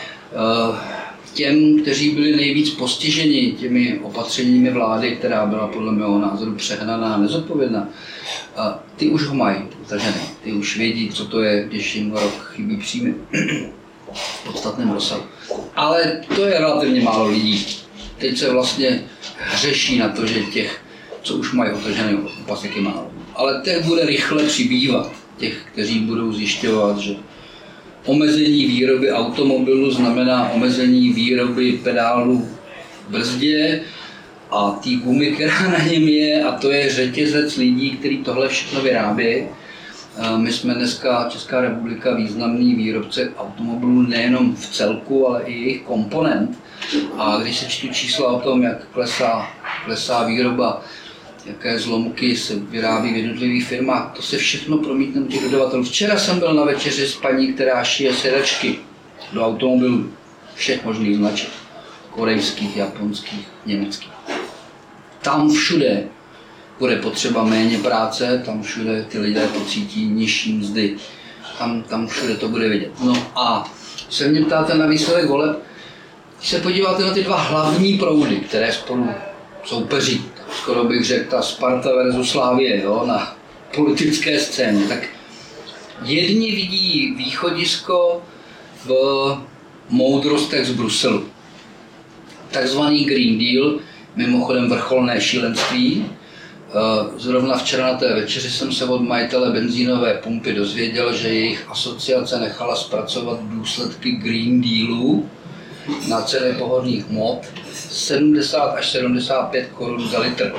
Těm, kteří byli nejvíc postiženi těmi opatřeními vlády, která byla podle mého názoru přehnaná a nezodpovědná, ty už ho mají utažený. Ty už vědí, co to je, když jim rok chybí příjmy v podstatném rozsahu. Ale to je relativně málo lidí. Teď se vlastně hřeší na to, že těch, co už mají utažený opasek, je málo. Ale těch bude rychle přibývat. těch, kteří budou zjišťovat, že omezení výroby automobilů znamená omezení výroby pedálů v brzdě a té gumy, která na něm je, a to je řetězec lidí, kteří tohle všechno vyrábějí. My jsme dneska, Česká republika, významný výrobce automobilů nejenom v celku, ale i jejich komponent. A když se čtu čísla o tom, jak klesá, klesá výroba, jaké zlomky se vyrábí v jednotlivých firmách, to se všechno promítne u těch dodavatelů. Včera jsem byl na večeři s paní, která šije sedačky do automobilů všech možných značek. Korejských, japonských, německých. Tam všude bude potřeba méně práce, tam všude ty lidé pocítí nižší mzdy. Tam, tam všude to bude vidět. No a když se mě ptáte na výsledek voleb, když se podíváte na ty dva hlavní proudy, které spolu soupeří, tak skoro bych řekl ta Sparta versus Slavie, jo, na politické scéně, tak jedni vidí východisko v moudrostech z Bruselu. Takzvaný Green Deal, mimochodem vrcholné šílenství. Zrovna včera na té večeři jsem se od majitele benzínové pumpy dozvěděl, že jejich asociace nechala zpracovat důsledky Green Dealu na ceny pohodných hmot sedmdesát až sedmdesát pět korun za litr.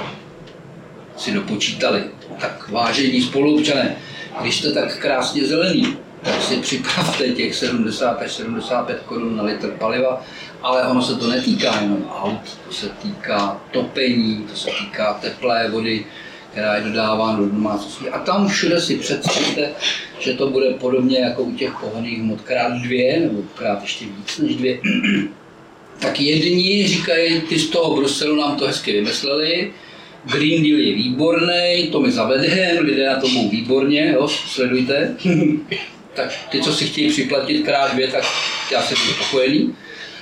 Si dopočítali. Tak vážení spoluobčané, když jste tak krásně zelený, tak si připravte těch sedmdesát až sedmdesát pět korun na litr paliva, ale ono se to netýká jenom aut, to se týká topení, to se týká teplé vody, která je dodávána do domácností. A tam všude si představte, že to bude podobně jako u těch pohonných hmot krát dvě, nebo krát ještě víc než dvě. Tak jedni říkají, ty z toho Bruselu nám to hezky vymysleli, Green Deal je výborný, to my zavedeme, lidé na to budou výborně, jo, sledujte. Tak ty, co si chtějí připlatit krát dvě, tak já jsem spokojený.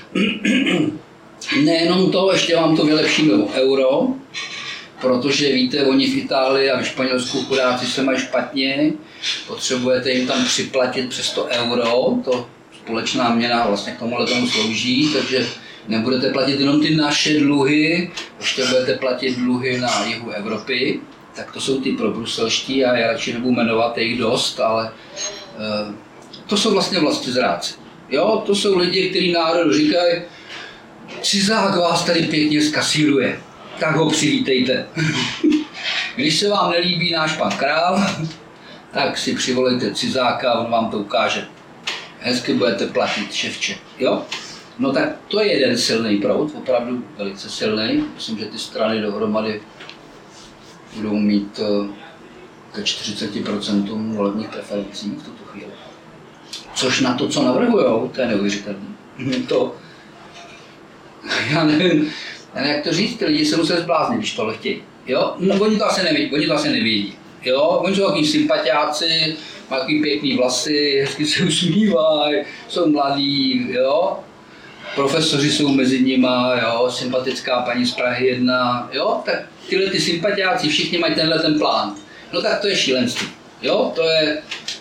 Nejenom to, ještě vám to vylepšíme o euro, protože víte, oni v Itálii a v Španělsku chudáci se mají špatně, potřebujete jim tam připlatit přes to euro, to společná měna vlastně k tomuhle tomu slouží, takže nebudete platit jenom ty naše dluhy, ještě budete platit dluhy na jihu Evropy, tak to jsou ty probruselští a já radši nebudu jmenovat, je jich dost, ale uh, to jsou vlastně vlastizráci. Jo, to jsou lidi, kteří národu říkají, cizák vás tady pěkně zkasíruje, tak ho přivítejte. Když se vám nelíbí náš pan král, tak si přivolejte cizáka, on vám to ukáže. Hezky budete platit, ševče. Jo? No tak to je jeden silný proud, opravdu velice silný. Myslím, že ty strany dohromady budou mít ke čtyřicet procent volebních preferencí v tuto chvíli. Což na to, co navrhujou, to je neuvěřitelné. To, já nevím, jak to říct, ty lidi se musí zbláznit, když tohle chtějí. Jo? No, oni to asi nevědí, oni to asi nevědí. Jo? Oni jsou takový sympatiáci, mají takový pěkný vlasy, hezky se usmívají, jsou mladí, jo? Profesoři jsou mezi nima, jo? Sympatická paní z Prahy jedna, jo? Tak tyhle ty sympatiáci všichni mají tenhle ten plán. No tak to je šílenství, jo? To je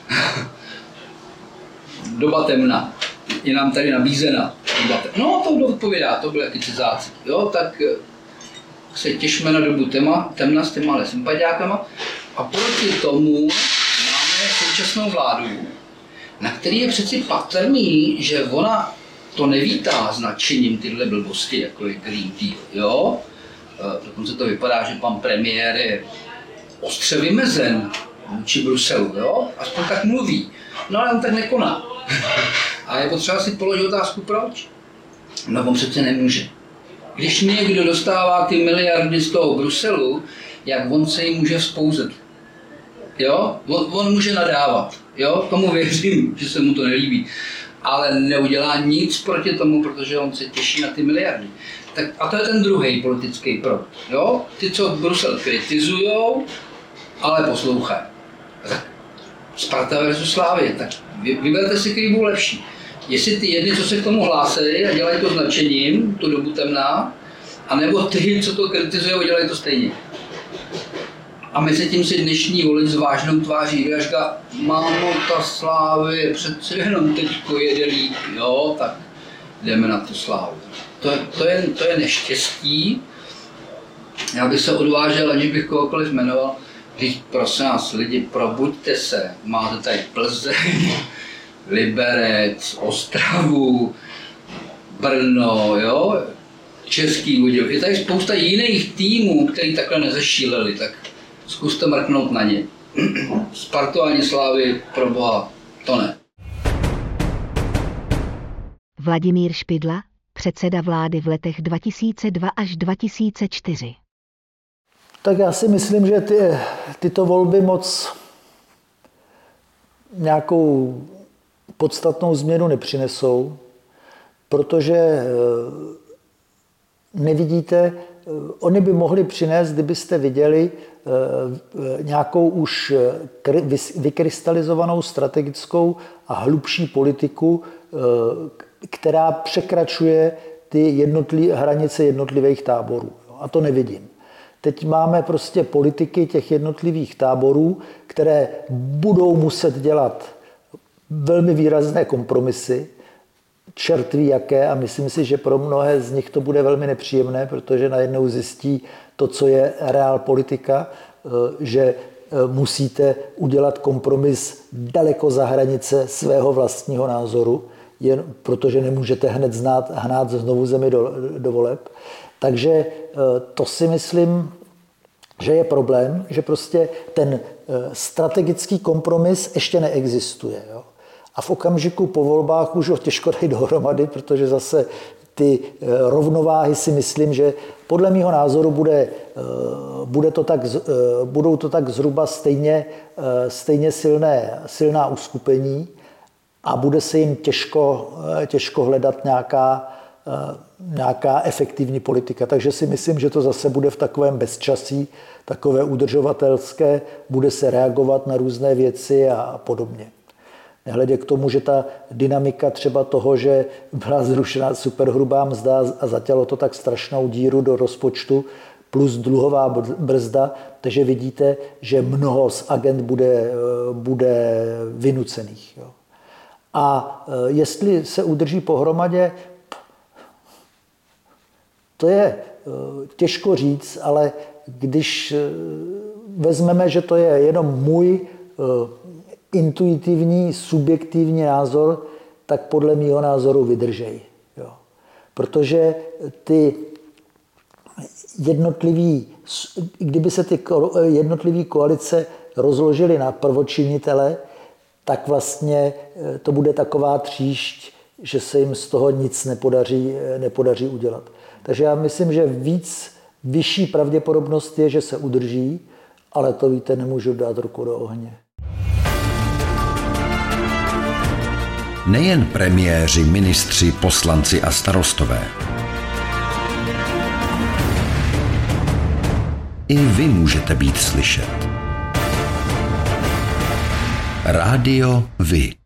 doba temna, je nám tady nabízena. No to odpovědá, to byly jaký cizáci, jo? Tak se těšme na dobu tema, temna s těma sympatiákama a proti tomu máme současnou vládu, na který je přeci patrný, že ona to nevítá s nadšením tyhle blbosti, jako je Green Deal, jo? Dokonce to vypadá, že pan premiér je ostře vymezen vůči Bruselu, jo? Aspoň tak mluví, no ale on tak nekoná. A je potřeba si položit otázku, proč? No on přece nemůže. Když někdo dostává ty miliardy z toho Bruselu, jak on se jim může vzpouzet. Jo? On, on může nadávat. Jo? Tomu věřím, že se mu to nelíbí. Ale neudělá nic proti tomu, protože on se těší na ty miliardy. Tak, a to je ten druhý politický proud. Jo? Ty, co Brusel kritizujou, ale poslouchají. Tak Sparta versus Slavie, tak vy, vyberte si, který budou lepší. Jestli ty jedni, co se k tomu hlásí a dělají to značením, tu dobu temná, anebo ty, co to kritizují a dělají to stejně. A mezi tím si dnešní volič s vážnou tváří a říká, mámo, ta Slávie přece jenom teďko jede líp, jo, tak jdeme na tu Slávu. To, to, je, to je neštěstí. Já bych se odvážel, aniž bych kohokoliv jmenoval, Říct, prosím vás, lidi, probuďte se, máte tady Plzeň, Liberec, Ostravu, Brno, jo, Český Budějovice. Je tady spousta jiných týmů, který takhle nezešíleli, tak zkuste mrknout na ně. Spartu ani Slávy, pro boha, to ne. Vladimír Špidla, předseda vlády v letech dva tisíce dva až dva tisíce čtyři. Tak já si myslím, že ty, tyto volby moc nějakou podstatnou změnu nepřinesou, protože nevidíte, oni by mohli přinést, kdybyste viděli nějakou už vykrystalizovanou strategickou a hlubší politiku, která překračuje ty jednotlivé hranice jednotlivých táborů. A to nevidím. Teď máme prostě politiky těch jednotlivých táborů, které budou muset dělat velmi výrazné kompromisy, čert ví jaké, a myslím si, že pro mnohé z nich to bude velmi nepříjemné, protože najednou zjistí to, co je reál politika, že musíte udělat kompromis daleko za hranice svého vlastního názoru, jen protože nemůžete hned znát, hnát znovu zemi do, do voleb. Takže to si myslím, že je problém, že prostě ten strategický kompromis ještě neexistuje. Jo? A v okamžiku po volbách už ho těžko dají dohromady, protože zase ty rovnováhy si myslím, že podle mého názoru bude, bude to tak, budou to tak zhruba stejně, stejně silné, silná uskupení a bude se jim těžko, těžko hledat nějaká, nějaká efektivní politika. Takže si myslím, že to zase bude v takovém bezčasí, takové udržovatelské, bude se reagovat na různé věci a podobně. Nehledě k tomu, že ta dynamika třeba toho, že byla zrušena superhrubá mzda a zatělo to tak strašnou díru do rozpočtu, plus dluhová brzda, takže vidíte, že mnoho z agent bude, bude vynucených. Jo. A jestli se udrží pohromadě, to je těžko říct, ale když vezmeme, že to je jenom můj intuitivní, subjektivní názor, tak podle mého názoru vydržej. Jo. Protože ty jednotlivý, kdyby se ty jednotlivé koalice rozložily na prvočinitele, tak vlastně to bude taková tříšť, že se jim z toho nic nepodaří, nepodaří udělat. Takže já myslím, že víc, vyšší pravděpodobnost je, že se udrží, ale to víte, nemůžu dát ruku do ohně. Nejen premiéři, ministři, poslanci a starostové. I vy můžete být slyšet. Rádio Vy.